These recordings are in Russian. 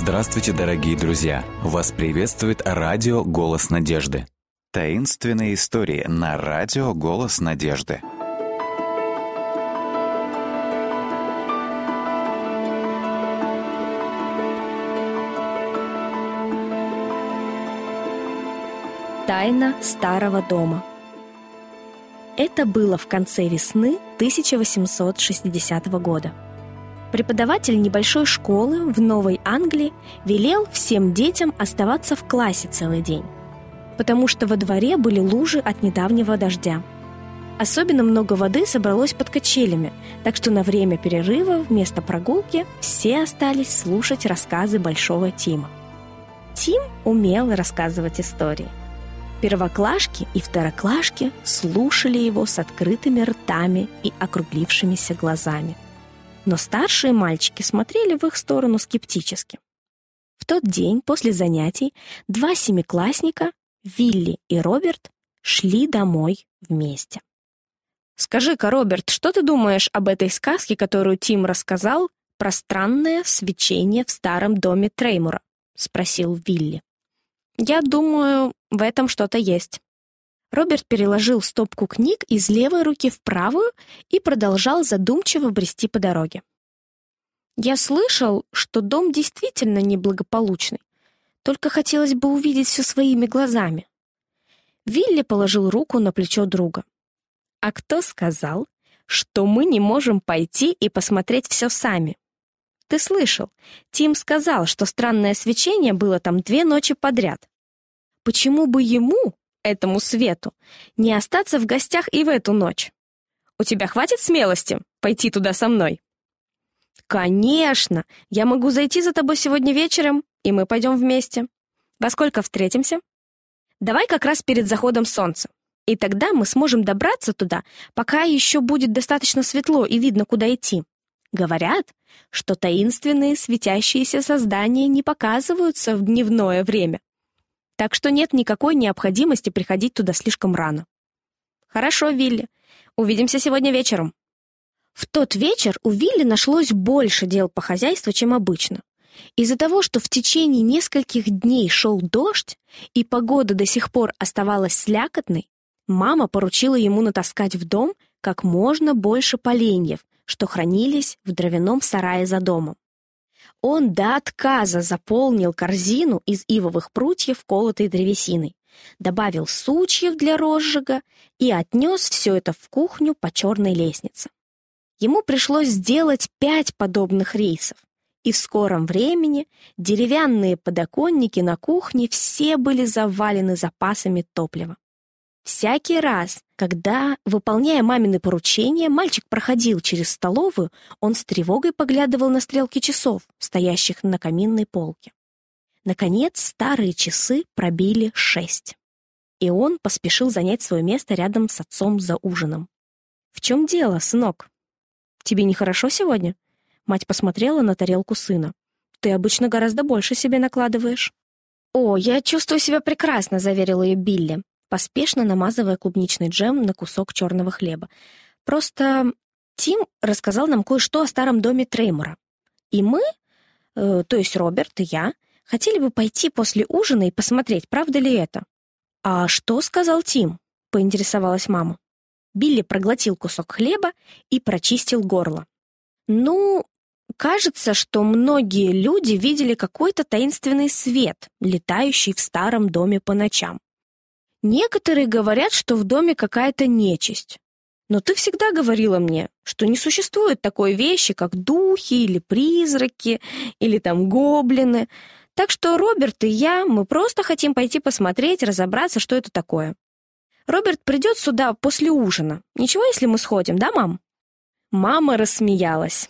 Здравствуйте, дорогие друзья! Вас приветствует радио «Голос надежды». Таинственные истории на радио «Голос надежды». Тайна старого дома. Это было в конце весны 1860 года. Преподаватель небольшой школы в Новой Англии велел всем детям оставаться в классе целый день, потому что во дворе были лужи от недавнего дождя. Особенно много воды собралось под качелями, так что на время перерыва вместо прогулки все остались слушать рассказы Большого Тима. Тим умел рассказывать истории. Первоклашки и второклашки слушали его с открытыми ртами и округлившимися глазами. Но старшие мальчики смотрели в их сторону скептически. В тот день после занятий два семиклассника, Вилли и Роберт, шли домой вместе. «Скажи-ка, Роберт, что ты думаешь об этой сказке, которую Тим рассказал про странное свечение в старом доме Треймура?» — спросил Вилли. «Я думаю, в этом что-то есть». Роберт переложил стопку книг из левой руки в правую и продолжал задумчиво брести по дороге. «Я слышал, что дом действительно неблагополучный, только хотелось бы увидеть все своими глазами». Вилли положил руку на плечо друга. «А кто сказал, что мы не можем пойти и посмотреть все сами? Ты слышал, Тим сказал, что странное свечение было там 2 ночи подряд. Почему бы ему, этому Свету, не остаться в гостях и в эту ночь? У тебя хватит смелости пойти туда со мной?» «Конечно! Я могу зайти за тобой сегодня вечером, и мы пойдем вместе. Во сколько встретимся?» «Давай как раз перед заходом солнца. И тогда мы сможем добраться туда, пока еще будет достаточно светло и видно, куда идти. Говорят, что таинственные светящиеся создания не показываются в дневное время. Так что нет никакой необходимости приходить туда слишком рано». «Хорошо, Вилли. Увидимся сегодня вечером». В тот вечер у Вилли нашлось больше дел по хозяйству, чем обычно. Из-за того, что в течение нескольких дней шел дождь, и погода до сих пор оставалась слякотной, мама поручила ему натаскать в дом как можно больше поленьев, что хранились в дровяном сарае за домом. Он до отказа заполнил корзину из ивовых прутьев, колотой древесиной, добавил сучьев для розжига и отнес все это в кухню по черной лестнице. Ему пришлось сделать 5 подобных рейсов, и в скором времени деревянные подоконники на кухне все были завалены запасами топлива. Всякий раз, когда, выполняя мамины поручения, мальчик проходил через столовую, он с тревогой поглядывал на стрелки часов, стоящих на каминной полке. Наконец, старые часы пробили 6, и он поспешил занять свое место рядом с отцом за ужином. «В чем дело, сынок? Тебе нехорошо сегодня?» Мать посмотрела на тарелку сына. «Ты обычно гораздо больше себе накладываешь». «О, я чувствую себя прекрасно», — заверил ее Билли, поспешно намазывая клубничный джем на кусок черного хлеба. «Просто Тим рассказал нам кое-что о старом доме Треймура. И мы, то есть Роберт и я, хотели бы пойти после ужина и посмотреть, правда ли это». «А что сказал Тим?» — поинтересовалась мама. Билли проглотил кусок хлеба и прочистил горло. «Ну, кажется, что многие люди видели какой-то таинственный свет, летающий в старом доме по ночам. Некоторые говорят, что в доме какая-то нечисть. Но ты всегда говорила мне, что не существует такой вещи, как духи или призраки, или там гоблины. Так что Роберт и я, мы просто хотим пойти посмотреть, разобраться, что это такое. Роберт придет сюда после ужина. Ничего, если мы сходим, да, мам?» Мама рассмеялась.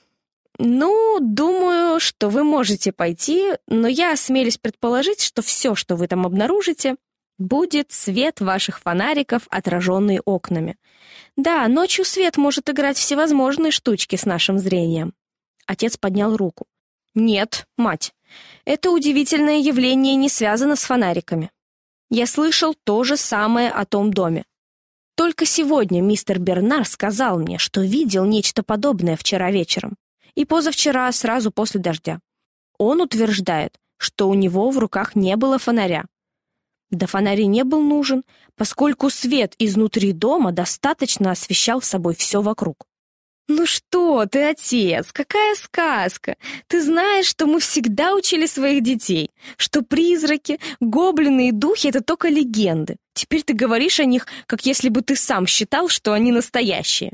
«Ну, думаю, что вы можете пойти, но я осмелюсь предположить, что все, что вы там обнаружите, будет свет ваших фонариков, отраженный окнами. Да, ночью свет может играть всевозможные штучки с нашим зрением». Отец поднял руку. «Нет, мать, это удивительное явление не связано с фонариками. Я слышал то же самое о том доме. Только сегодня мистер Бернар сказал мне, что видел нечто подобное вчера вечером и позавчера, сразу после дождя. Он утверждает, что у него в руках не было фонаря. Да фонарь и не был нужен, поскольку свет изнутри дома достаточно освещал собой все вокруг. «Ну что ты, отец, какая сказка! Ты знаешь, что мы всегда учили своих детей, что призраки, гоблины и духи — это только легенды. Теперь ты говоришь о них, как если бы ты сам считал, что они настоящие».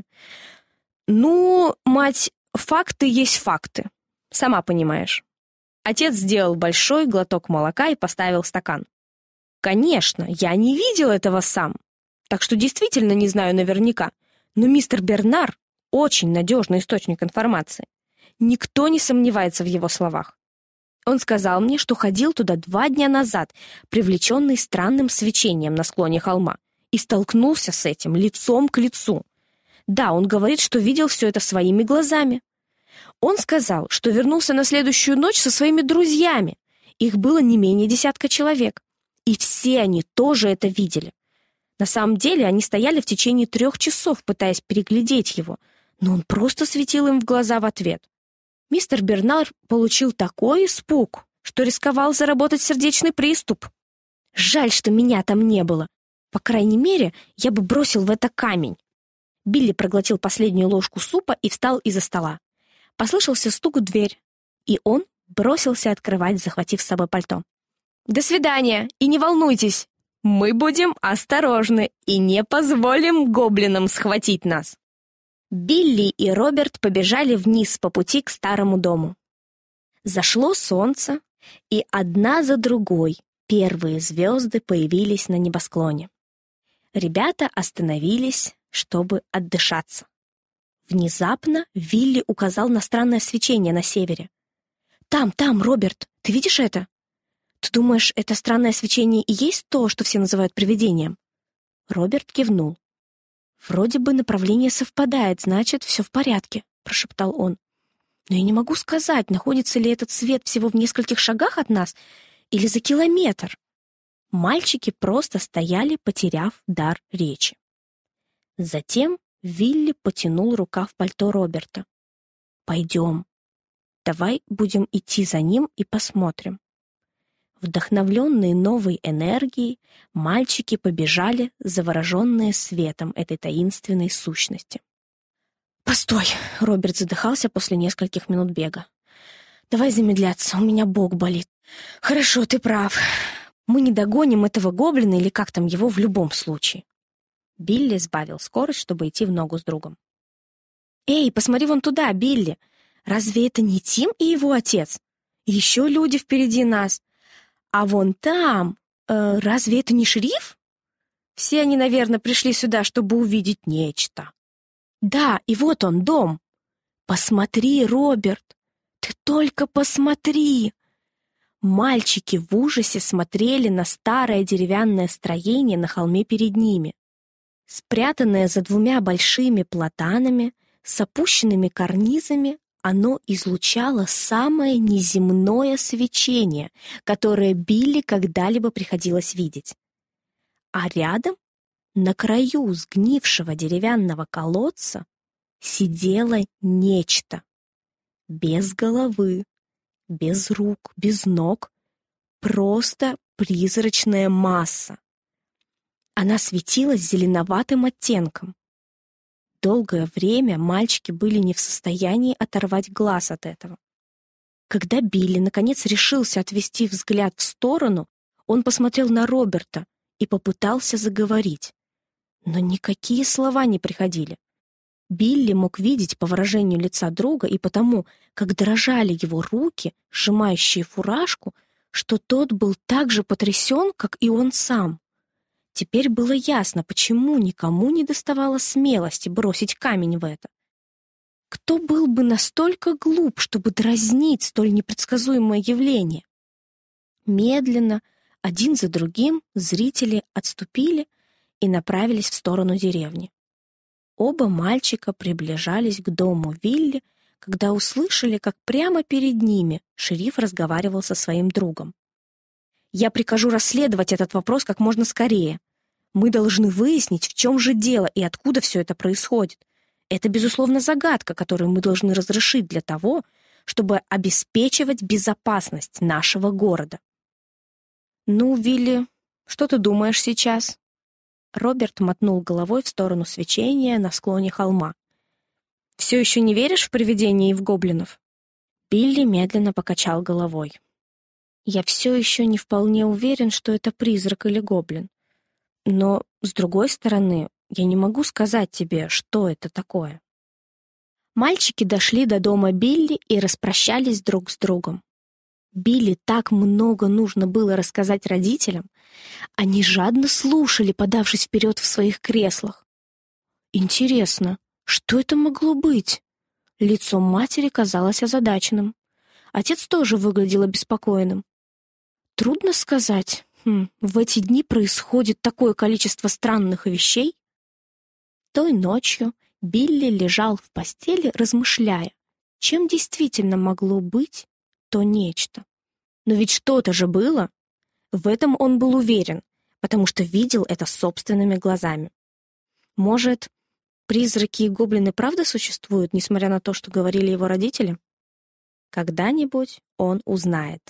«Ну, мать, факты есть факты, сама понимаешь». Отец сделал большой глоток молока и поставил стакан. «Конечно, я не видел этого сам, так что действительно не знаю наверняка, но мистер Бернар очень надежный источник информации. Никто не сомневается в его словах. Он сказал мне, что ходил туда 2 дня назад, привлеченный странным свечением на склоне холма, и столкнулся с этим лицом к лицу. Да, он говорит, что видел все это своими глазами. Он сказал, что вернулся на следующую ночь со своими друзьями. Их было не менее 10 человек. И все они тоже это видели. На самом деле они стояли в течение 3 часов, пытаясь переглядеть его, но он просто светил им в глаза в ответ. Мистер Бернар получил такой испуг, что рисковал заработать сердечный приступ. Жаль, что меня там не было. По крайней мере, я бы бросил в это камень. Билли проглотил последнюю ложку супа и встал из-за стола. Послышался стук в дверь, и он бросился открывать, захватив с собой пальто. «До свидания, и не волнуйтесь, мы будем осторожны и не позволим гоблинам схватить нас». Билли и Роберт побежали вниз по пути к старому дому. Зашло солнце, и одна за другой первые звезды появились на небосклоне. Ребята остановились, чтобы отдышаться. Внезапно Вилли указал на странное свечение на севере. «Там, Роберт, ты видишь это? Ты думаешь, это странное свечение и есть то, что все называют привидением?» Роберт кивнул. «Вроде бы направление совпадает, значит, все в порядке», — прошептал он. «Но я не могу сказать, находится ли этот свет всего в нескольких шагах от нас или за километр». Мальчики просто стояли, потеряв дар речи. Затем Вилли потянул рукав пальто Роберта. «Пойдем. Давай будем идти за ним и посмотрим». Вдохновленные новой энергией, мальчики побежали, завороженные светом этой таинственной сущности. «Постой!» — Роберт задыхался после нескольких минут бега. «Давай замедляться, у меня бок болит». «Хорошо, ты прав. Мы не догоним этого гоблина или как там его в любом случае». Билли сбавил скорость, чтобы идти в ногу с другом. «Эй, посмотри вон туда, Билли! Разве это не Тим и его отец? Еще люди впереди нас. А вон там, разве это не шериф? Все они, наверное, пришли сюда, чтобы увидеть нечто. Да, и вот он, дом. Посмотри, Роберт, ты только посмотри!» Мальчики в ужасе смотрели на старое деревянное строение на холме перед ними. Спрятанное за 2 большими платанами, с опущенными карнизами, оно излучало самое неземное свечение, которое Билли когда-либо приходилось видеть. А рядом, на краю сгнившего деревянного колодца, сидело нечто. Без головы, без рук, без ног, просто призрачная масса. Она светилась зеленоватым оттенком. Долгое время мальчики были не в состоянии оторвать глаз от этого. Когда Билли наконец решился отвести взгляд в сторону, он посмотрел на Роберта и попытался заговорить. Но никакие слова не приходили. Билли мог видеть по выражению лица друга и потому, как дрожали его руки, сжимающие фуражку, что тот был так же потрясен, как и он сам. Теперь было ясно, почему никому не доставало смелости бросить камень в это. Кто был бы настолько глуп, чтобы дразнить столь непредсказуемое явление? Медленно, один за другим, зрители отступили и направились в сторону деревни. Оба мальчика приближались к дому Вилли, когда услышали, как прямо перед ними шериф разговаривал со своим другом. «Я прикажу расследовать этот вопрос как можно скорее. Мы должны выяснить, в чем же дело и откуда все это происходит. Это, безусловно, загадка, которую мы должны разрешить для того, чтобы обеспечивать безопасность нашего города. «Ну, Вилли, что ты думаешь сейчас?» Роберт мотнул головой в сторону свечения на склоне холма. «Все еще не веришь в привидения и в гоблинов?» Билли медленно покачал головой. «Я все еще не вполне уверен, что это призрак или гоблин. Но, с другой стороны, я не могу сказать тебе, что это такое». Мальчики дошли до дома Билли и распрощались друг с другом. Билли так много нужно было рассказать родителям. Они жадно слушали, подавшись вперед в своих креслах. Интересно, что это могло быть? Лицо матери казалось озадаченным. Отец тоже выглядел обеспокоенным. Трудно сказать. В эти дни происходит такое количество странных вещей. Той ночью Билли лежал в постели, размышляя, чем действительно могло быть то нечто. Но ведь что-то же было. В этом он был уверен, потому что видел это собственными глазами. Может, призраки и гоблины правда существуют, несмотря на то, что говорили его родители? Когда-нибудь он узнает.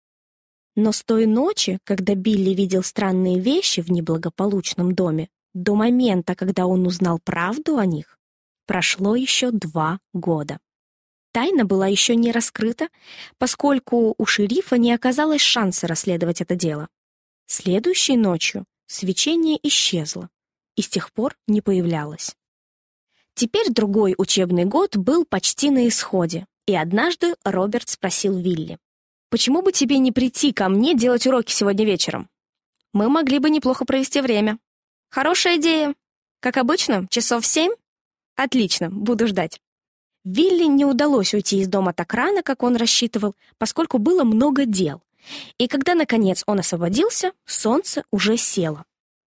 Но с той ночи, когда Билли видел странные вещи в неблагополучном доме, до момента, когда он узнал правду о них, прошло еще 2 года. Тайна была еще не раскрыта, поскольку у шерифа не оказалось шанса расследовать это дело. Следующей ночью свечение исчезло и с тех пор не появлялось. Теперь другой учебный год был почти на исходе, и однажды Роберт спросил Вилли: «Почему бы тебе не прийти ко мне делать уроки сегодня вечером? Мы могли бы неплохо провести время». «Хорошая идея. Как обычно, часов в 7? Отлично, буду ждать». Вилли не удалось уйти из дома так рано, как он рассчитывал, поскольку было много дел. И когда, наконец, он освободился, солнце уже село.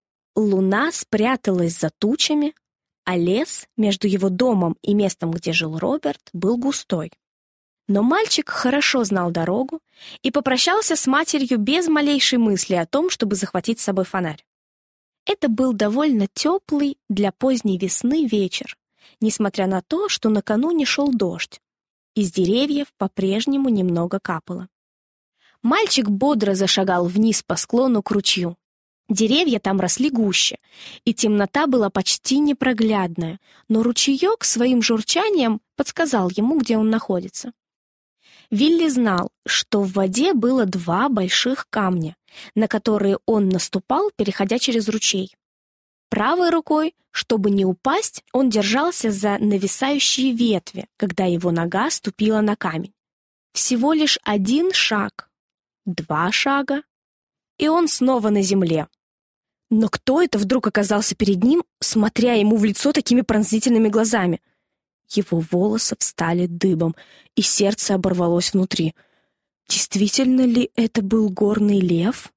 Луна спряталась за тучами, а лес между его домом и местом, где жил Роберт, был густой. Но мальчик хорошо знал дорогу и попрощался с матерью без малейшей мысли о том, чтобы захватить с собой фонарь. Это был довольно теплый для поздней весны вечер, несмотря на то, что накануне шел дождь. Из деревьев по-прежнему немного капало. Мальчик бодро зашагал вниз по склону к ручью. Деревья там росли гуще, и темнота была почти непроглядная, но ручеек своим журчанием подсказал ему, где он находится. Вилли знал, что в воде было 2 больших камня, на которые он наступал, переходя через ручей. Правой рукой, чтобы не упасть, он держался за нависающие ветви, когда его нога ступила на камень. Всего лишь 1 шаг, 2 шага, и он снова на земле. Но кто это вдруг оказался перед ним, смотря ему в лицо такими пронзительными глазами? Его волосы встали дыбом, и сердце оборвалось внутри. Действительно ли это был горный лев?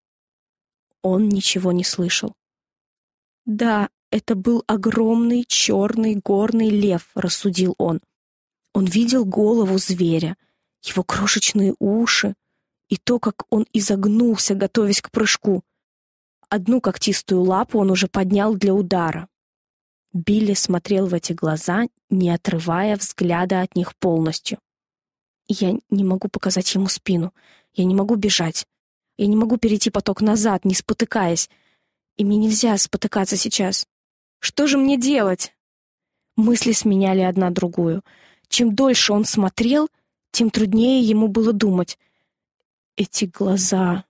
Он ничего не слышал. «Да, это был огромный черный горный лев», — рассудил он. Он видел голову зверя, его крошечные уши и то, как он изогнулся, готовясь к прыжку. Одну когтистую лапу он уже поднял для удара. Билли смотрел в эти глаза, не отрывая взгляда от них полностью. «Я не могу показать ему спину. Я не могу бежать. Я не могу перейти поток назад, не спотыкаясь. И мне нельзя спотыкаться сейчас. Что же мне делать?» Мысли сменяли одна другую. Чем дольше он смотрел, тем труднее ему было думать. Эти глаза...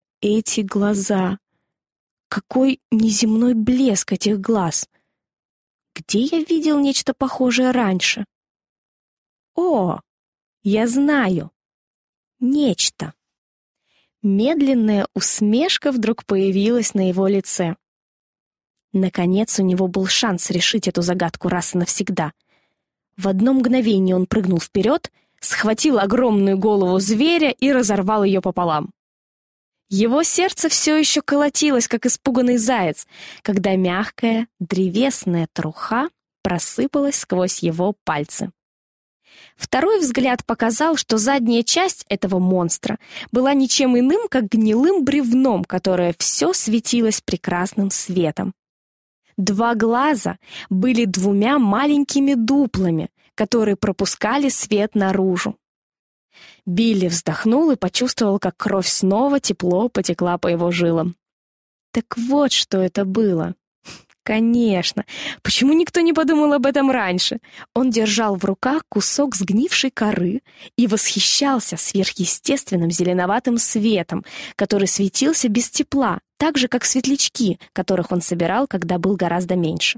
Какой неземной блеск этих глаз! Где я видел нечто похожее раньше? О, я знаю! Нечто! Медленная усмешка вдруг появилась на его лице. Наконец у него был шанс решить эту загадку раз и навсегда. В одно мгновение он прыгнул вперед, схватил огромную голову зверя и разорвал ее пополам. Его сердце все еще колотилось, как испуганный заяц, когда мягкая древесная труха просыпалась сквозь его пальцы. Второй взгляд показал, что задняя часть этого монстра была ничем иным, как гнилым бревном, которое все светилось прекрасным светом. 2 глаза были 2 маленькими дуплами, которые пропускали свет наружу. Билли вздохнул и почувствовал, как кровь снова тепло потекла по его жилам. Так вот, что это было. Конечно. Почему никто не подумал об этом раньше? Он держал в руках кусок сгнившей коры и восхищался сверхъестественным зеленоватым светом, который светился без тепла, так же, как светлячки, которых он собирал, когда был гораздо меньше.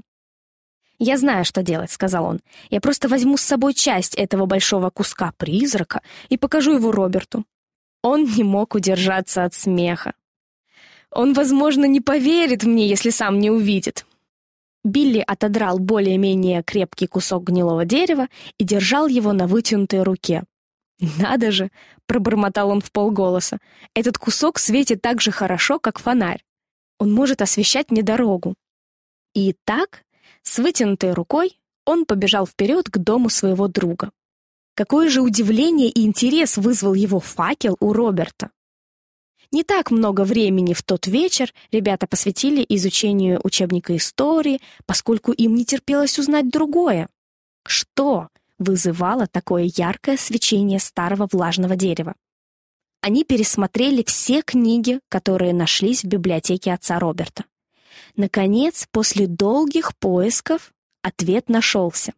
«Я знаю, что делать», — сказал он. «Я просто возьму с собой часть этого большого куска призрака и покажу его Роберту». Он не мог удержаться от смеха. «Он, возможно, не поверит мне, если сам не увидит». Билли отодрал более-менее крепкий кусок гнилого дерева и держал его на вытянутой руке. «Надо же!» — пробормотал он вполголоса. «Этот кусок светит так же хорошо, как фонарь. Он может освещать мне дорогу». И так, с вытянутой рукой, он побежал вперед к дому своего друга. Какое же удивление и интерес вызвал его факел у Роберта! Не так много времени в тот вечер ребята посвятили изучению учебника истории, поскольку им не терпелось узнать другое. Что вызывало такое яркое свечение старого влажного дерева? Они пересмотрели все книги, которые нашлись в библиотеке отца Роберта. Наконец, после долгих поисков, ответ нашелся.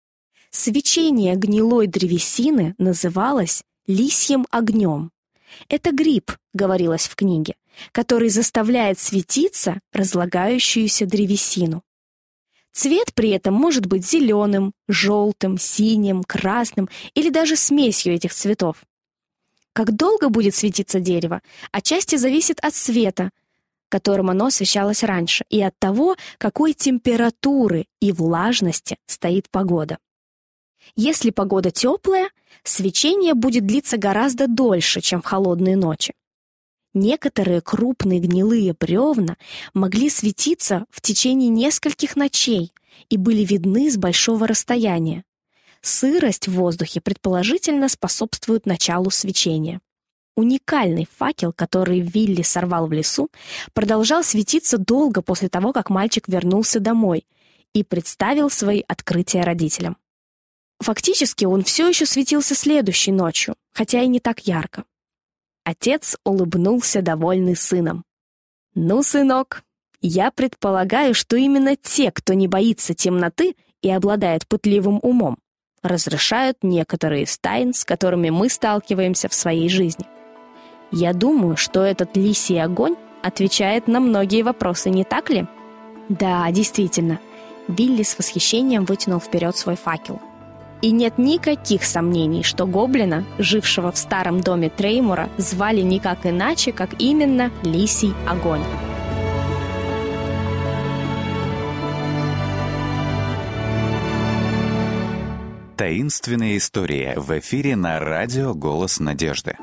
Свечение гнилой древесины называлось лисьим огнем. «Это гриб», — говорилось в книге, «который заставляет светиться разлагающуюся древесину. Цвет при этом может быть зеленым, желтым, синим, красным или даже смесью этих цветов. Как долго будет светиться дерево, отчасти зависит от света, которым оно освещалось раньше, и от того, какой температуры и влажности стоит погода. Если погода теплая, свечение будет длиться гораздо дольше, чем в холодные ночи. Некоторые крупные гнилые бревна могли светиться в течение нескольких ночей и были видны с большого расстояния. Сырость в воздухе предположительно способствует началу свечения. Уникальный факел, который Вилли сорвал в лесу, продолжал светиться долго после того, как мальчик вернулся домой и представил свои открытия родителям. Фактически он все еще светился следующей ночью, хотя и не так ярко. Отец улыбнулся, довольный сыном. «Ну, сынок, я предполагаю, что именно те, кто не боится темноты и обладает пытливым умом, разрешают некоторые из тайн, с которыми мы сталкиваемся в своей жизни. Я думаю, что этот лисий огонь отвечает на многие вопросы, не так ли?» «Да, действительно». Билли с восхищением вытянул вперед свой факел. И нет никаких сомнений, что гоблина, жившего в старом доме Треймора, звали никак иначе, как именно Лисий огонь. Таинственные истории в эфире на радио «Голос надежды».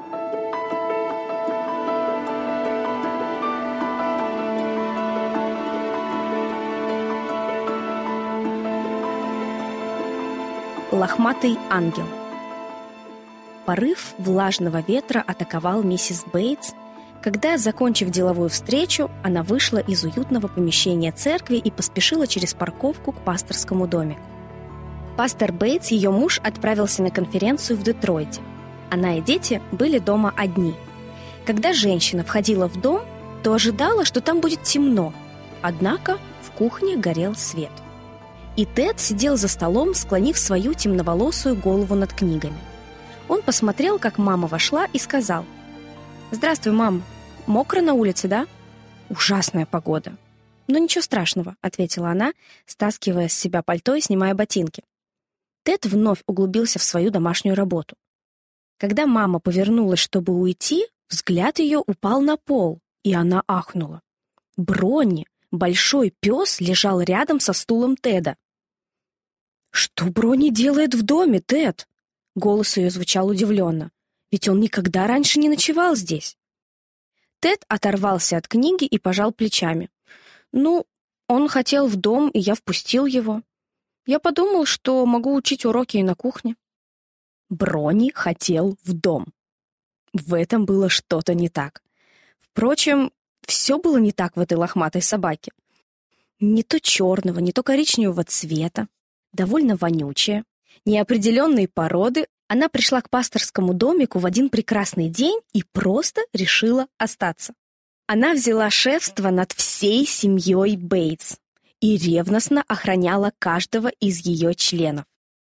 Лохматый ангел. Порыв влажного ветра атаковал миссис Бейтс, когда, закончив деловую встречу, она вышла из уютного помещения церкви и поспешила через парковку к пасторскому домику. Пастор Бейтс, ее муж, отправился на конференцию в Детройте. Она и дети были дома одни. Когда женщина входила в дом, то ожидала, что там будет темно, однако в кухне горел свет. И Тед сидел за столом, склонив свою темноволосую голову над книгами. Он посмотрел, как мама вошла, и сказал: «Здравствуй, мам. Мокро на улице, да?» «Ужасная погода». «Но ничего страшного», — ответила она, стаскивая с себя пальто и снимая ботинки. Тед вновь углубился в свою домашнюю работу. Когда мама повернулась, чтобы уйти, взгляд ее упал на пол, и она ахнула. Бронни, большой пес, лежал рядом со стулом Теда. «Что Бронни делает в доме, Тед?» Голос ее звучал удивленно. «Ведь он никогда раньше не ночевал здесь». Тед оторвался от книги и пожал плечами. «Ну, он хотел в дом, и я впустил его. Я подумал, что могу учить уроки и на кухне». Бронни хотел в дом. В этом было что-то не так. Впрочем, все было не так в этой лохматой собаке. Не то черного, не то коричневого цвета, довольно вонючая, неопределенной породы, Она пришла к пасторскому домику в один прекрасный день и просто решила остаться. Она взяла шефство над всей семьей Бейтс и ревностно охраняла каждого из ее членов.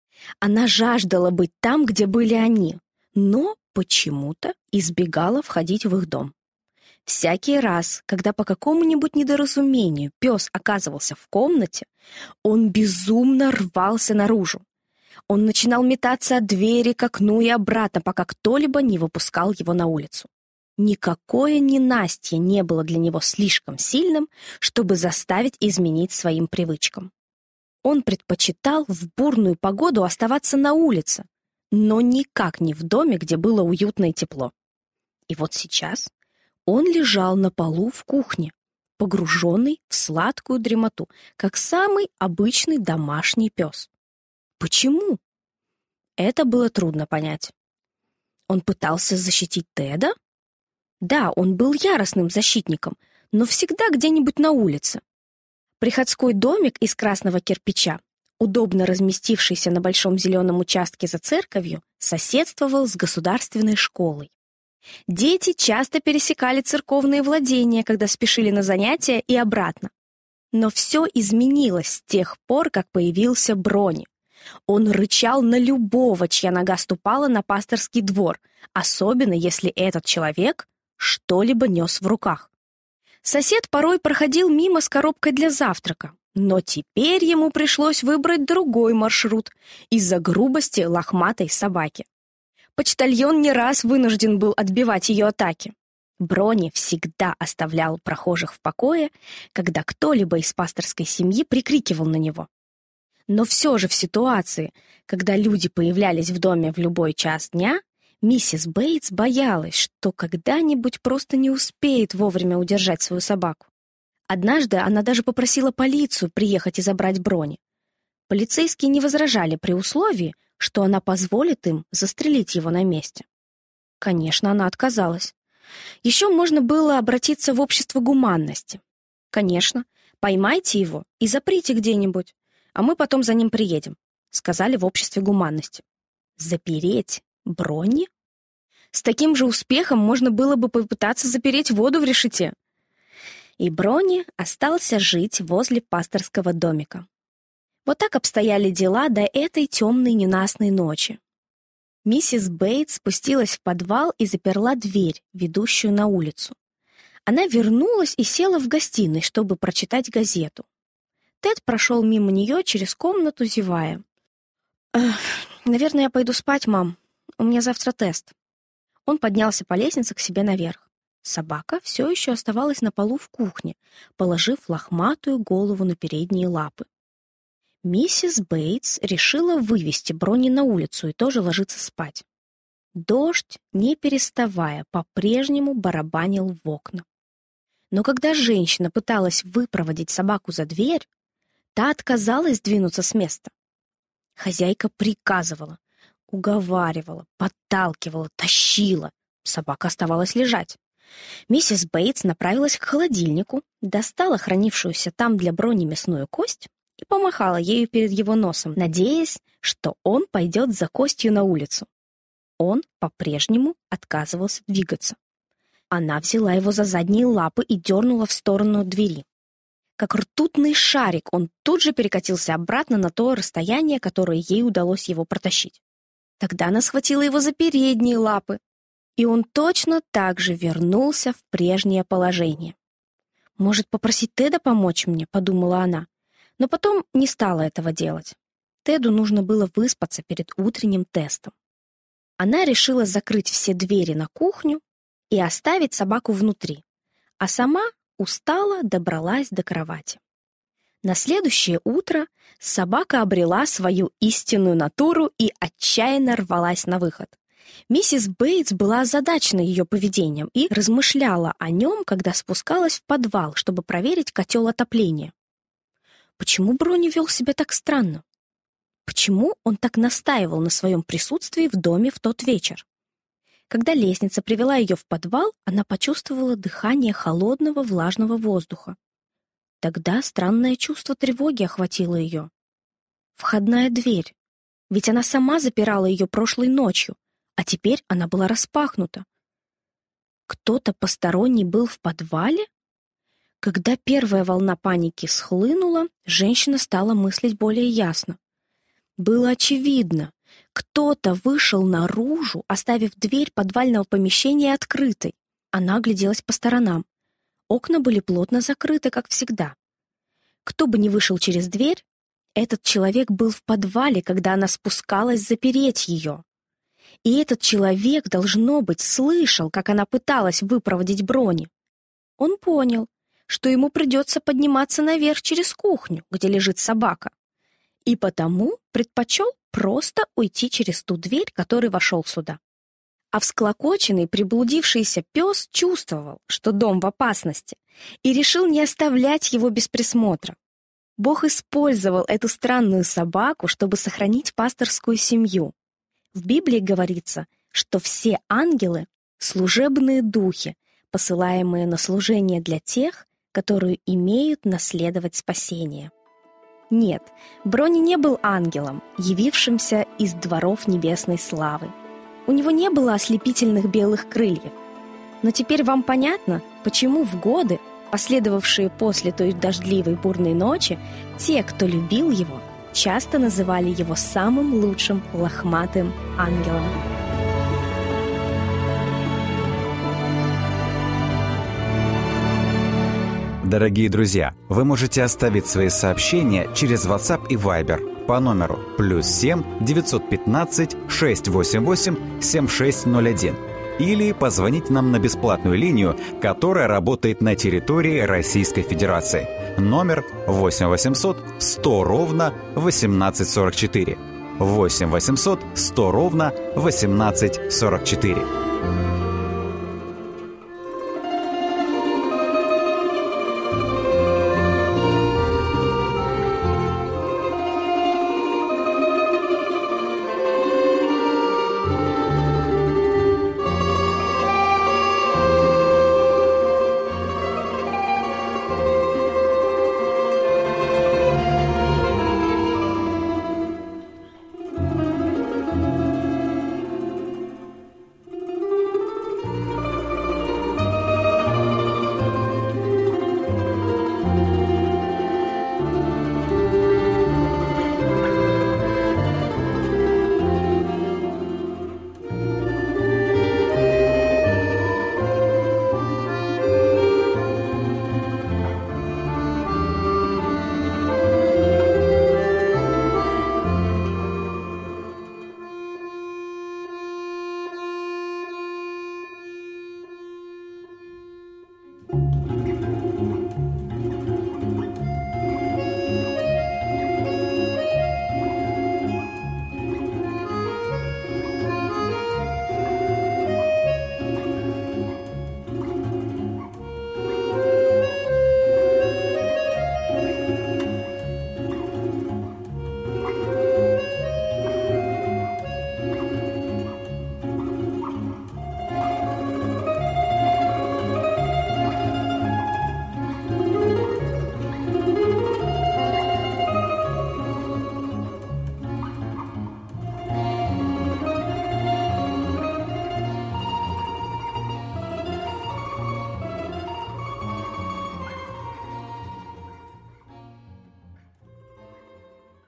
Она жаждала быть там, где были они, но почему-то избегала входить в их дом. Всякий раз, когда по какому-нибудь недоразумению пес оказывался в комнате, он безумно рвался наружу. Он начинал метаться от двери к окну и обратно, пока кто-либо не выпускал его на улицу. Никакое ненастье не было для него слишком сильным, чтобы заставить изменить своим привычкам. Он предпочитал в бурную погоду оставаться на улице, но никак не в доме, где было уютно и тепло. И вот сейчас он лежал на полу в кухне, погруженный в сладкую дремоту, как самый обычный домашний пес. Почему? Это было трудно понять. Он пытался защитить Теда? Да, он был яростным защитником, но всегда где-нибудь на улице. Приходской домик из красного кирпича, удобно разместившийся на большом зеленом участке за церковью, соседствовал с государственной школой. Дети часто пересекали церковные владения, когда спешили на занятия и обратно. Но все изменилось с тех пор, как появился Брони. Он рычал на любого, чья нога ступала на пасторский двор, особенно если этот человек что-либо нес в руках. Сосед порой проходил мимо с коробкой для завтрака, но теперь ему пришлось выбрать другой маршрут из-за грубости лохматой собаки. Почтальон не раз вынужден был отбивать ее атаки. Брони всегда оставлял прохожих в покое, когда кто-либо из пасторской семьи прикрикивал на него. Но все же в ситуации, когда люди появлялись в доме в любой час дня, миссис Бейтс боялась, что когда-нибудь просто не успеет вовремя удержать свою собаку. Однажды она даже попросила полицию приехать и забрать Брони. Полицейские не возражали при условии, что она позволит им застрелить его на месте. Конечно, она отказалась. Еще можно было обратиться в общество гуманности. Конечно, поймайте его и заприте где-нибудь, а мы потом за ним приедем, сказали в обществе гуманности. Запереть Брони? С таким же успехом можно было бы попытаться запереть воду в решете. И Брони остался жить возле пасторского домика. Вот так обстояли дела до этой темной ненастной ночи. Миссис Бейтс спустилась в подвал и заперла дверь, ведущую на улицу. Она вернулась и села в гостиной, чтобы прочитать газету. Тед прошел мимо нее через комнату, зевая. «Наверное, я пойду спать, мам. У меня завтра тест». Он поднялся по лестнице к себе наверх. Собака все еще оставалась на полу в кухне, положив лохматую голову на передние лапы. Миссис Бейтс решила вывести Брони на улицу и тоже ложиться спать. Дождь, не переставая, по-прежнему барабанил в окна. Но когда женщина пыталась выпроводить собаку за дверь, та отказалась двинуться с места. Хозяйка приказывала, уговаривала, подталкивала, тащила. Собака оставалась лежать. Миссис Бейтс направилась к холодильнику, достала хранившуюся там для Брони мясную кость и помахала ею перед его носом, надеясь, что он пойдет за костью на улицу. Он по-прежнему отказывался двигаться. Она взяла его за задние лапы и дернула в сторону двери. Как ртутный шарик, он тут же перекатился обратно на то расстояние, которое ей удалось его протащить. Тогда она схватила его за передние лапы, и он точно так же вернулся в прежнее положение. «Может, попросить Теда помочь мне?» — подумала она, но потом не стала этого делать. Теду нужно было выспаться перед утренним тестом. Она решила закрыть все двери на кухню и оставить собаку внутри, а сама устало добралась до кровати. На следующее утро собака обрела свою истинную натуру и отчаянно рвалась на выход. Миссис Бейтс была озадачена ее поведением и размышляла о нем, когда спускалась в подвал, чтобы проверить котел отопления. Почему Брони вел себя так странно? Почему он так настаивал на своем присутствии в доме в тот вечер? Когда лестница привела ее в подвал, она почувствовала дыхание холодного влажного воздуха. Тогда странное чувство тревоги охватило ее. Входная дверь. Ведь она сама запирала ее прошлой ночью, а теперь она была распахнута. Кто-то посторонний был в подвале? Когда первая волна паники схлынула, женщина стала мыслить более ясно. Было очевидно, кто-то вышел наружу, оставив дверь подвального помещения открытой. Она огляделась по сторонам. Окна были плотно закрыты, как всегда. Кто бы ни вышел через дверь, этот человек был в подвале, когда она спускалась запереть ее. И этот человек, должно быть, слышал, как она пыталась выпроводить Брони. Он понял, что ему придется подниматься наверх через кухню, где лежит собака, и потому предпочел просто уйти через ту дверь, которой вошел сюда. А всклокоченный, приблудившийся пес чувствовал, что дом в опасности, и решил не оставлять его без присмотра. Бог использовал эту странную собаку, чтобы сохранить пасторскую семью. В Библии говорится, что все ангелы — служебные духи, посылаемые на служение для тех, которые имеют наследовать спасение. Нет, Брони не был ангелом, явившимся из дворов небесной славы. У него не было ослепительных белых крыльев. Но теперь вам понятно, почему в годы, последовавшие после той дождливой бурной ночи, те, кто любил его, часто называли его самым лучшим лохматым ангелом. Дорогие друзья, вы можете оставить свои сообщения через WhatsApp и Viber по номеру +7 915 688 7601 или позвонить нам на бесплатную линию, которая работает на территории Российской Федерации. Номер 8 800 100 ровно 1844. 8 800 100 ровно 1844.